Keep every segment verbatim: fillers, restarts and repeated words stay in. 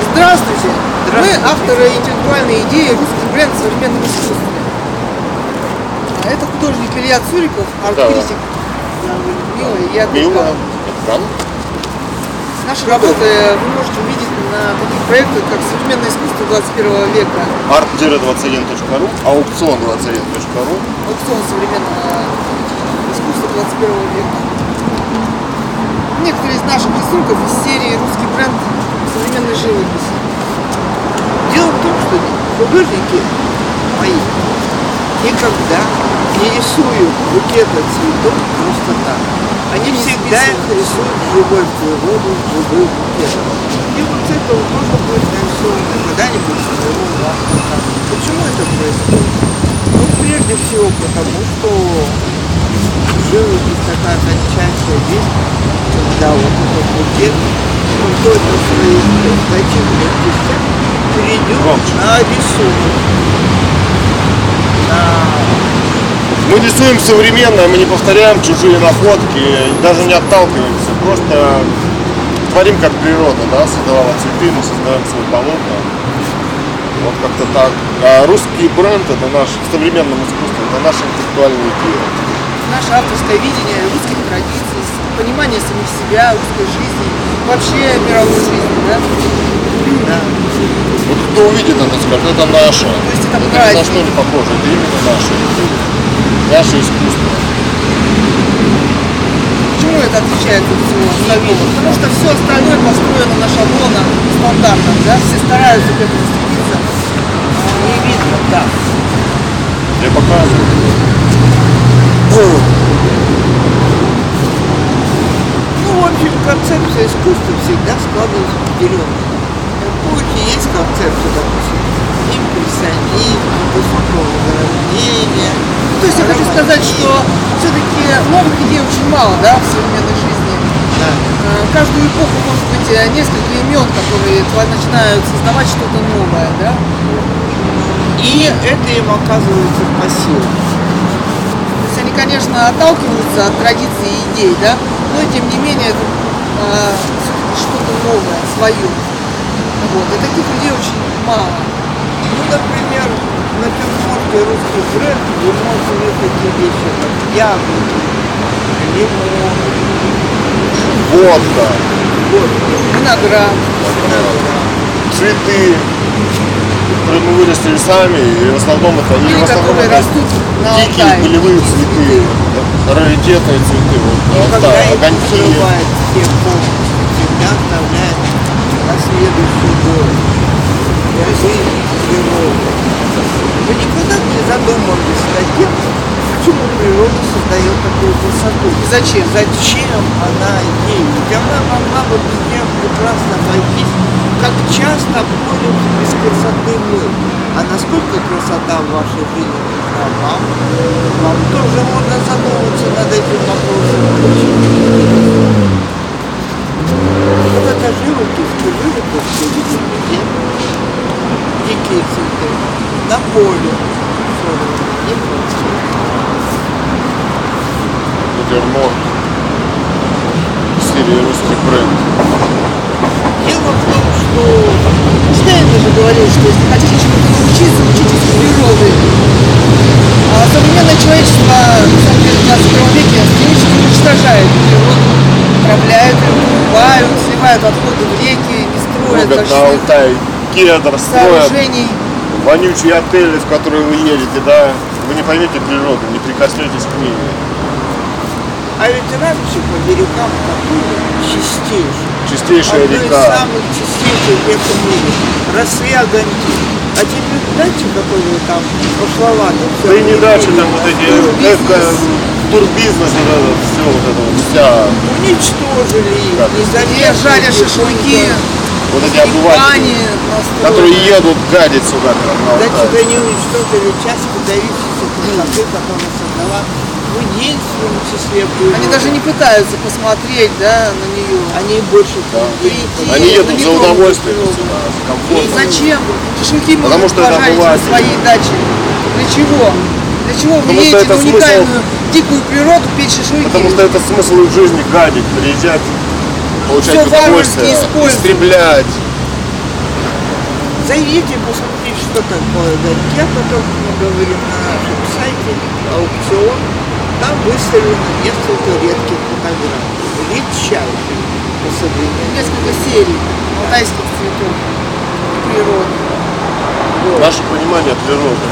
Здравствуйте! Здравствуйте. Мы авторы интеллектуальной идеи «Русский бренд в современном искусстве». Это художник Илья Цуриков, арт-критик. Мила и я. Мила. Наши работы вы можете увидеть на таких проектах, как «Современное искусство двадцать первого века», арт двадцать один точка ру, аукцион двадцать один точка ру, аукцион современного искусства двадцать первого века. Некоторые из наших рисунков из серии «Русский бренд современной живописи». Дело в том, что художники мои никогда не рисуют букеты цветов просто так. Они всегда их рисуют в живой природу, в живой букет. И вот с этого можно будет нарисовано когда-нибудь своего властника. Почему это происходит? Ну, прежде всего потому, что живопись такая тончайшая вещь, когда вот этот букет, он только в своих значительных частях перейдет на рисунок. На... Мы рисуем современно, мы не повторяем чужие находки, даже не отталкиваемся, просто творим как природа, да, создавала цветы, мы создаем свои полотна. Вот как-то так. А русский бренд — это наш, в современном искусстве, это наша интеллектуальная идея. Наше авторское видение русских традиций, понимание самих себя, русской жизни, вообще мировой жизни, да? Да. Вот кто увидит это, скажет, это наше. То есть это Это ни праздник. на что не похоже, это именно наше. Наше искусство. Почему это отличается от всего остального? Потому что все остальное построено на шаблонах, стандартах, да? Все стараются к этому стремиться. Не видно, да. Я показываю. Ну, в общем, концепция искусства всегда складывается вперед. У эпохи есть концепция, допустим, импрессионизм, высокого возрождения. То есть я хочу сказать, что все-таки новых идей очень мало, да, в современной жизни. Да. Э, Каждую эпоху может быть э, несколько имен, которые тва- начинают создавать что-то новое, да? И это им оказывается по силам. То есть они, конечно, отталкиваются от традиций и идей, да, но тем не менее это э, все-таки что-то новое, свое. Вот. И таких людей очень мало. Ну, например, на натюрморте русский бренд вы можете видеть такие вещи, как яблоки, лимон, Водка, Виноград. цветы, которые мы вырастили сами, и в основном это, и Или в основном которые это растут на дикие Алтае. полевые цветы, раритетные цветы, вот, когда Алтай, их огоньки. срывает все полностью, всегда оставляет на следующий год. Для жизни природы. Вы никогда не задумывались над тем, почему природа создает такую красоту? Зачем? Зачем она ей? Ведь она могла бы без нее прекрасно обойтись. Как часто обходимся без красоты мы. А насколько красота в вашей жизни нужна вам? Вам тоже можно задуматься над этим вопросом. Вот это живопись, живопись, где дикие цветы на поле. Натюрморт, серия русский бренд. Дело в том, что Эйнштейн же говорил, что если хотите чему-то научиться, учитесь у природы. А современное человечество, на самом деле, в двадцать первом веке стремительно уничтожает природу, отравляют ее, убивают, сливают отходы в реки, не строят Много на больших Алтай, кедр строят, сооружений. вонючие отели, в которые вы едете, да, вы не поймете природу, не прикоснетесь к ней. а ведь раньше по берегам Катули чистейший. Чистейшая Одно из река. самых чистейших рек в мире. Росли огоньки. А теперь дальше какой вы там пошловато. Да и не дальше там вот эти эко, турбизнес, вот это, все вот это вот, вся, Уничтожили их. Как? Где жарят шашлыки, вот эти обыватели, бани настроены. которые едут гадить сюда, как на Значит, Алтай. они уничтожили часть выдающейся красоты, которую создала в единственном числе природы. Они даже не пытаются посмотреть, да, на нее. Они больше Да. Прийти, Они едут ну, не за трогать удовольствием природу. сюда, за И комфортом. зачем? Шашлыки Потому можно что это пожарить на обыватели. своей даче. Для чего? Для чего вы Потому что едете это на смысл- уникальную дикую природу печь шашлыки? Потому что это смысл их жизни гадить, приезжать, получать Всё варварски удовольствие, использовать. истреблять. Зайдите, посмотрите, что такое горьки, потом мы говорим на нашем сайте, аукцион. Там выставлено несколько редких фотографий. Редчайших по современному. Несколько серий алтайских цветов природы. Наше понимание природы.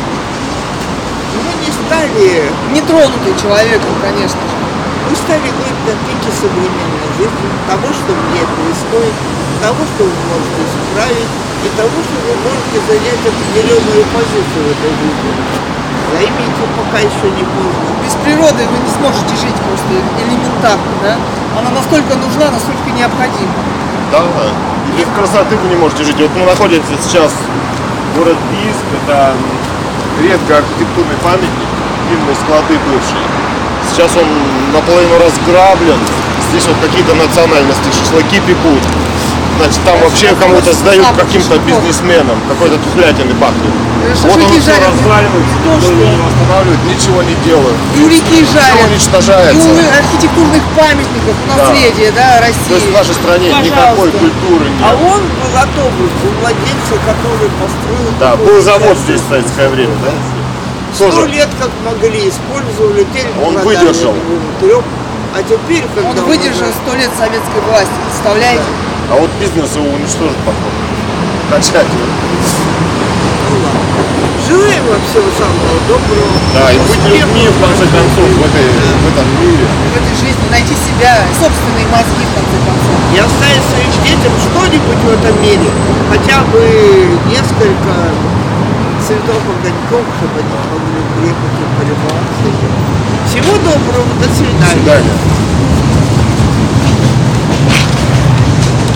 Мы не стали, Не тронутый человеком, конечно же. мы стали говорить на пике современной жизни, того, что мне происходит, того, что вы можете исправить, и того, что вы можете занять определенную позицию в этой жизни. Займите, пока еще не поздно. Без природы вы не сможете жить просто элементарно, да? Она настолько нужна, настолько необходима. Да, и без красоты вы не можете жить. Вот мы находимся сейчас в город Бийск, это редко архитектурный памятник, винные склады бывшие. Сейчас он наполовину разграблен, здесь вот какие-то национальности шашлыки пекут. Значит, там вообще кому-то сдают каким-то бизнесменам, какой-то тухлятины пахнет. Вот он Шашлыки все жарят. разваливается, То, никто что? его не восстанавливает, ничего не делают. И у реки Все жарят. И уничтожается. у архитектурных памятников, у наследия, да, России. То есть в нашей стране никакой Пожалуйста. культуры нет. А он был автобус у владельца, который построил... Да, такой был завод центр. здесь в советское время, да? Сто Тоже. лет как могли, использовали, теперь Он продали выдержал. двум, трем. А теперь, когда Он выдержал уже- сто лет советской власти, представляете? А вот бизнес его уничтожит, походу. Окончательно. Ну ладно. Желаем вам всего самого доброго. Да, и быть Успехов людьми, в конце концов, в, этой, в этом мире. В этой жизни найти себя, собственные мозги, в конце концов. И оставить своим детям что-нибудь в этом мире. Хотя бы несколько цветов огоньков, чтобы они могли приехать и полюбоваться. Всего доброго, до До свидания. свидания.